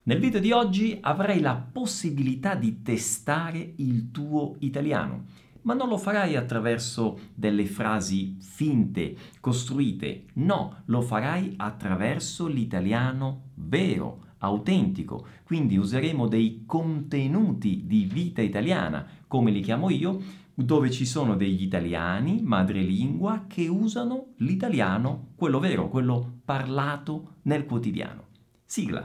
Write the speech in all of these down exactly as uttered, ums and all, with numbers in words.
Nel video di oggi avrai la possibilità di testare il tuo italiano, ma non lo farai attraverso delle frasi finte, costruite, no, lo farai attraverso l'italiano vero, autentico. Quindi useremo dei contenuti di vita italiana, come li chiamo io, dove ci sono degli italiani madrelingua che usano l'italiano, quello vero, quello parlato nel quotidiano. Sigla.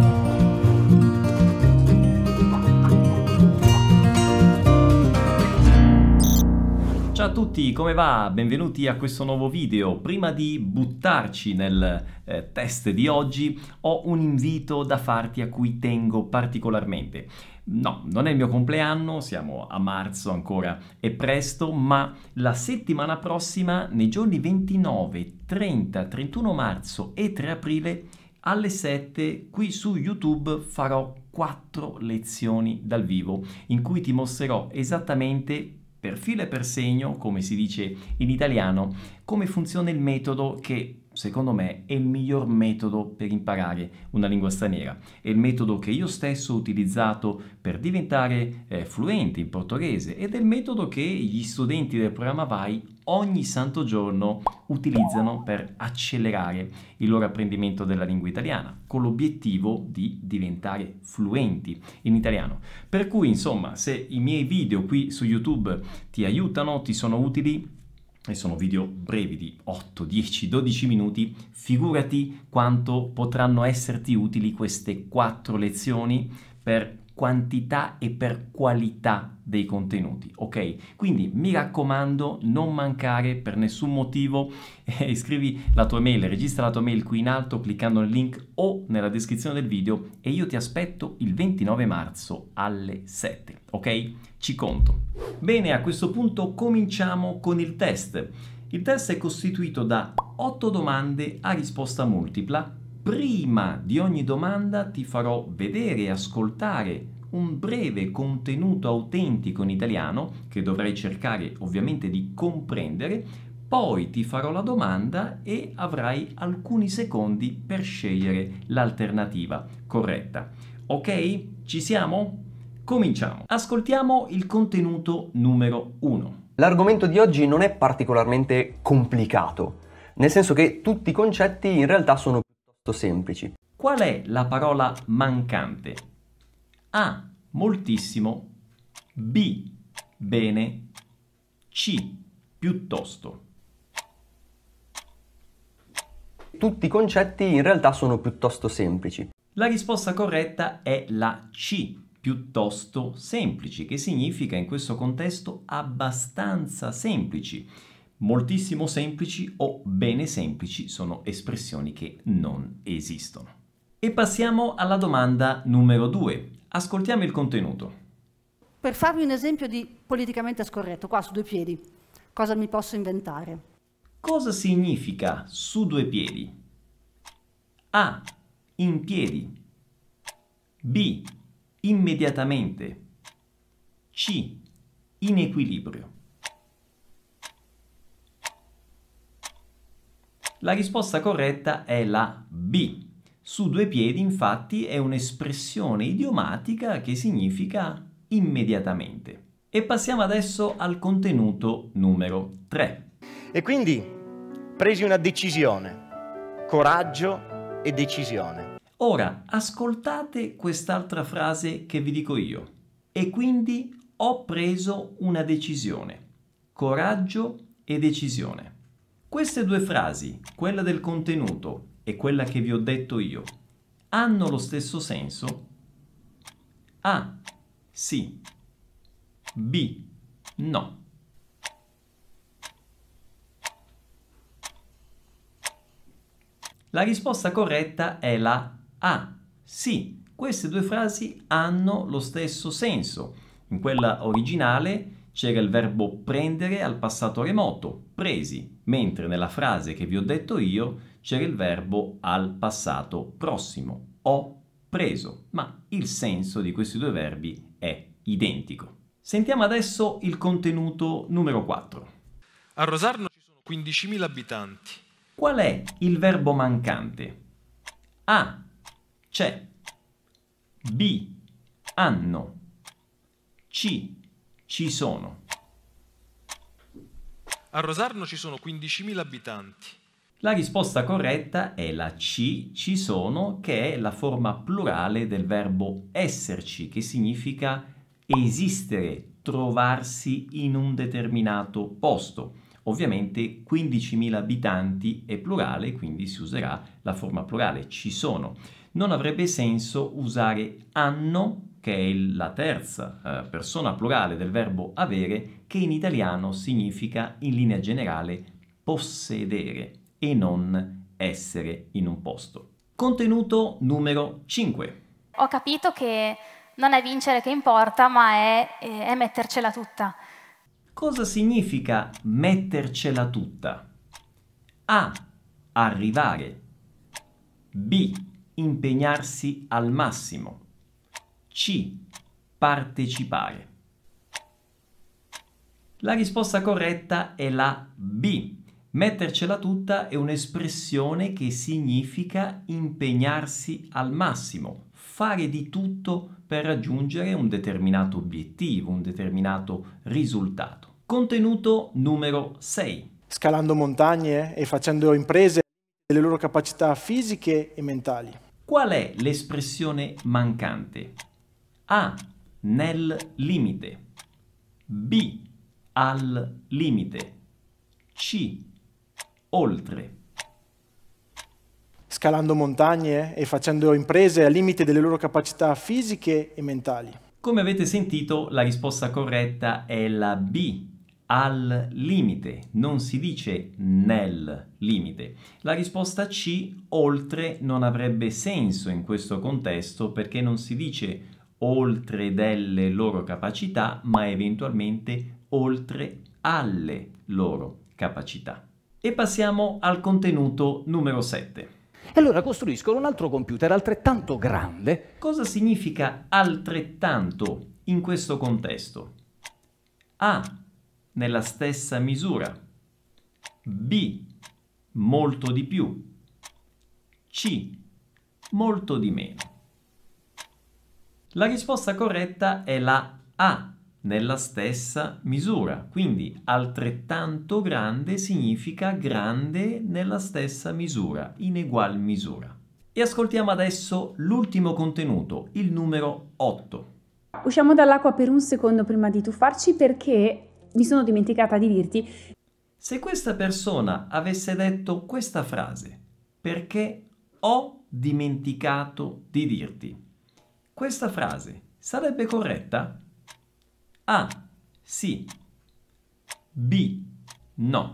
Ciao a tutti, come va? Benvenuti a questo nuovo video. Prima di buttarci nel eh, test di oggi, ho un invito da farti a cui tengo particolarmente. No, non è il mio compleanno, siamo a marzo ancora, è presto, ma la settimana prossima, nei giorni ventinove, trenta, trentuno marzo e tre aprile, alle sette qui su YouTube farò quattro lezioni dal vivo in cui ti mostrerò esattamente per filo e per segno, come si dice in italiano, come funziona il metodo che secondo me è il miglior metodo per imparare una lingua straniera. È il metodo che io stesso ho utilizzato per diventare eh, fluente in portoghese ed è il metodo che gli studenti del programma Vai ogni santo giorno utilizzano per accelerare il loro apprendimento della lingua italiana, con l'obiettivo di diventare fluenti in italiano. Per cui, insomma, se i miei video qui su YouTube ti aiutano, ti sono utili, e sono video brevi di otto, dieci, dodici minuti, figurati quanto potranno esserti utili queste quattro lezioni per quantità e per qualità dei contenuti, ok? Quindi mi raccomando, non mancare per nessun motivo, eh, iscrivi la tua mail, registra la tua mail qui in alto cliccando nel link o nella descrizione del video e io ti aspetto il ventinove marzo alle sette, ok? Ci conto. Bene, a questo punto cominciamo con il test. Il test è costituito da otto domande a risposta multipla. Prima di ogni domanda ti farò vedere e ascoltare un breve contenuto autentico in italiano che dovrai cercare ovviamente di comprendere, poi ti farò la domanda e avrai alcuni secondi per scegliere l'alternativa corretta. Ok? Ci siamo? Cominciamo. Ascoltiamo il contenuto numero uno. L'argomento di oggi non è particolarmente complicato, nel senso che tutti i concetti in realtà sono piuttosto semplici. Qual è la parola mancante? A. Moltissimo. B. Bene. C. Piuttosto. Tutti i concetti in realtà sono piuttosto semplici. La risposta corretta è la C. Piuttosto semplici, che significa in questo contesto abbastanza semplici. Moltissimo semplici o bene semplici sono espressioni che non esistono. E passiamo alla domanda numero due. Ascoltiamo il contenuto. Per farvi un esempio di politicamente scorretto, qua su due piedi, cosa mi posso inventare? Cosa significa su due piedi? A. In piedi. B. Immediatamente. C. In equilibrio. La risposta corretta è la B. Su due piedi, infatti, è un'espressione idiomatica che significa immediatamente. E passiamo adesso al contenuto numero tre. E quindi presi una decisione, coraggio e decisione. Ora, ascoltate quest'altra frase che vi dico io. E quindi ho preso una decisione. Coraggio e decisione. Queste due frasi, quella del contenuto e quella che vi ho detto io, hanno lo stesso senso? A. Sì. B. No. La risposta corretta è la A. Sì, queste due frasi hanno lo stesso senso. In quella originale c'era il verbo prendere al passato remoto, presi, mentre nella frase che vi ho detto io c'era il verbo al passato prossimo, ho preso, ma il senso di questi due verbi è identico. Sentiamo adesso il contenuto numero quattro. A Rosarno ci sono quindicimila abitanti. Qual è il verbo mancante? A. C'è. B. Hanno. C. Ci sono. A Rosarno ci sono quindicimila abitanti. La risposta corretta è la C. Ci sono, che è la forma plurale del verbo esserci, che significa esistere, trovarsi in un determinato posto. Ovviamente quindicimila abitanti è plurale, quindi si userà la forma plurale, ci sono. Non avrebbe senso usare hanno, che è la terza eh, persona plurale del verbo avere, che in italiano significa in linea generale possedere e non essere in un posto. Contenuto numero cinque. Ho capito che non è vincere che importa, ma è, è mettercela tutta. Cosa significa mettercela tutta? A. Arrivare. B. Impegnarsi al massimo. C. Partecipare. La risposta corretta è la B. Mettercela tutta è un'espressione che significa impegnarsi al massimo, fare di tutto per raggiungere un determinato obiettivo, un determinato risultato. Contenuto numero sei. Scalando montagne e facendo imprese delle loro capacità fisiche e mentali. Qual è l'espressione mancante? A. Nel limite. B. Al limite. C. Oltre. Scalando montagne e facendo imprese al limite delle loro capacità fisiche e mentali. Come avete sentito, la risposta corretta è la B. Al limite, non si dice nel limite. La risposta C, oltre, non avrebbe senso in questo contesto perché non si dice oltre delle loro capacità, ma eventualmente oltre alle loro capacità. E passiamo al contenuto numero sette. E allora costruiscono un altro computer altrettanto grande. Cosa significa altrettanto in questo contesto? A. Nella stessa misura. B. Molto di più. C. Molto di meno. La risposta corretta è la A. Nella stessa misura. Quindi altrettanto grande significa grande nella stessa misura, in egual misura. E ascoltiamo adesso l'ultimo contenuto, il numero otto. Usciamo dall'acqua per un secondo prima di tuffarci perché mi sono dimenticata di dirti. Se questa persona avesse detto questa frase, perché ho dimenticato di dirti, questa frase sarebbe corretta? A. Sì. B. No.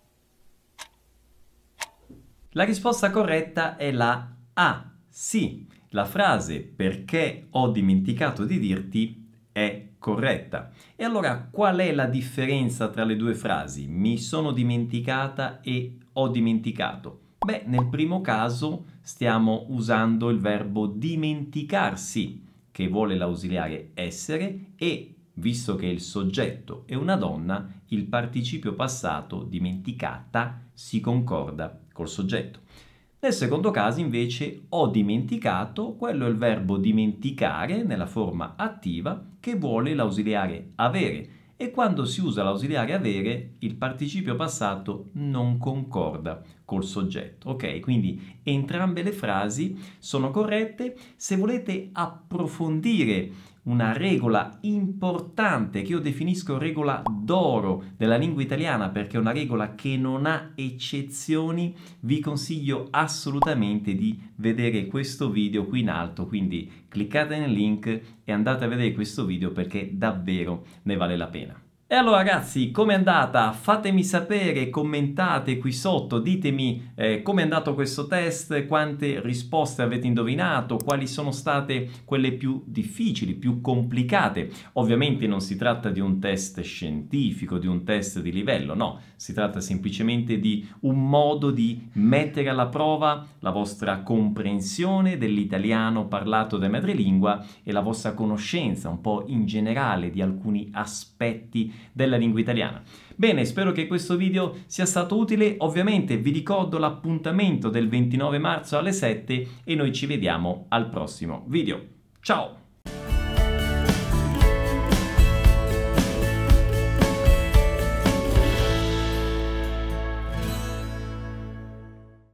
La risposta corretta è la A. Sì. La frase perché ho dimenticato di dirti è corretta. E allora qual è la differenza tra le due frasi? Mi sono dimenticata e ho dimenticato. Beh, nel primo caso stiamo usando il verbo dimenticarsi, che vuole l'ausiliare essere, e visto che il soggetto è una donna, il participio passato dimenticata si concorda col soggetto. Nel secondo caso invece ho dimenticato, quello è il verbo dimenticare nella forma attiva che vuole l'ausiliare avere, e quando si usa l'ausiliare avere il participio passato non concorda col soggetto. Ok, quindi entrambe le frasi sono corrette. Se volete approfondire una regola importante che io definisco regola d'oro della lingua italiana perché è una regola che non ha eccezioni, vi consiglio assolutamente di vedere questo video qui in alto, quindi cliccate nel link e andate a vedere questo video perché davvero ne vale la pena. E allora ragazzi, com'è andata? Fatemi sapere, commentate qui sotto, ditemi eh, com'è andato questo test, quante risposte avete indovinato, quali sono state quelle più difficili, più complicate. Ovviamente non si tratta di un test scientifico, di un test di livello, no, si tratta semplicemente di un modo di mettere alla prova la vostra comprensione dell'italiano parlato da madrelingua e la vostra conoscenza un po' in generale di alcuni aspetti della lingua italiana. Bene, spero che questo video sia stato utile. Ovviamente vi ricordo l'appuntamento del ventinove marzo alle sette e noi ci vediamo al prossimo video. Ciao!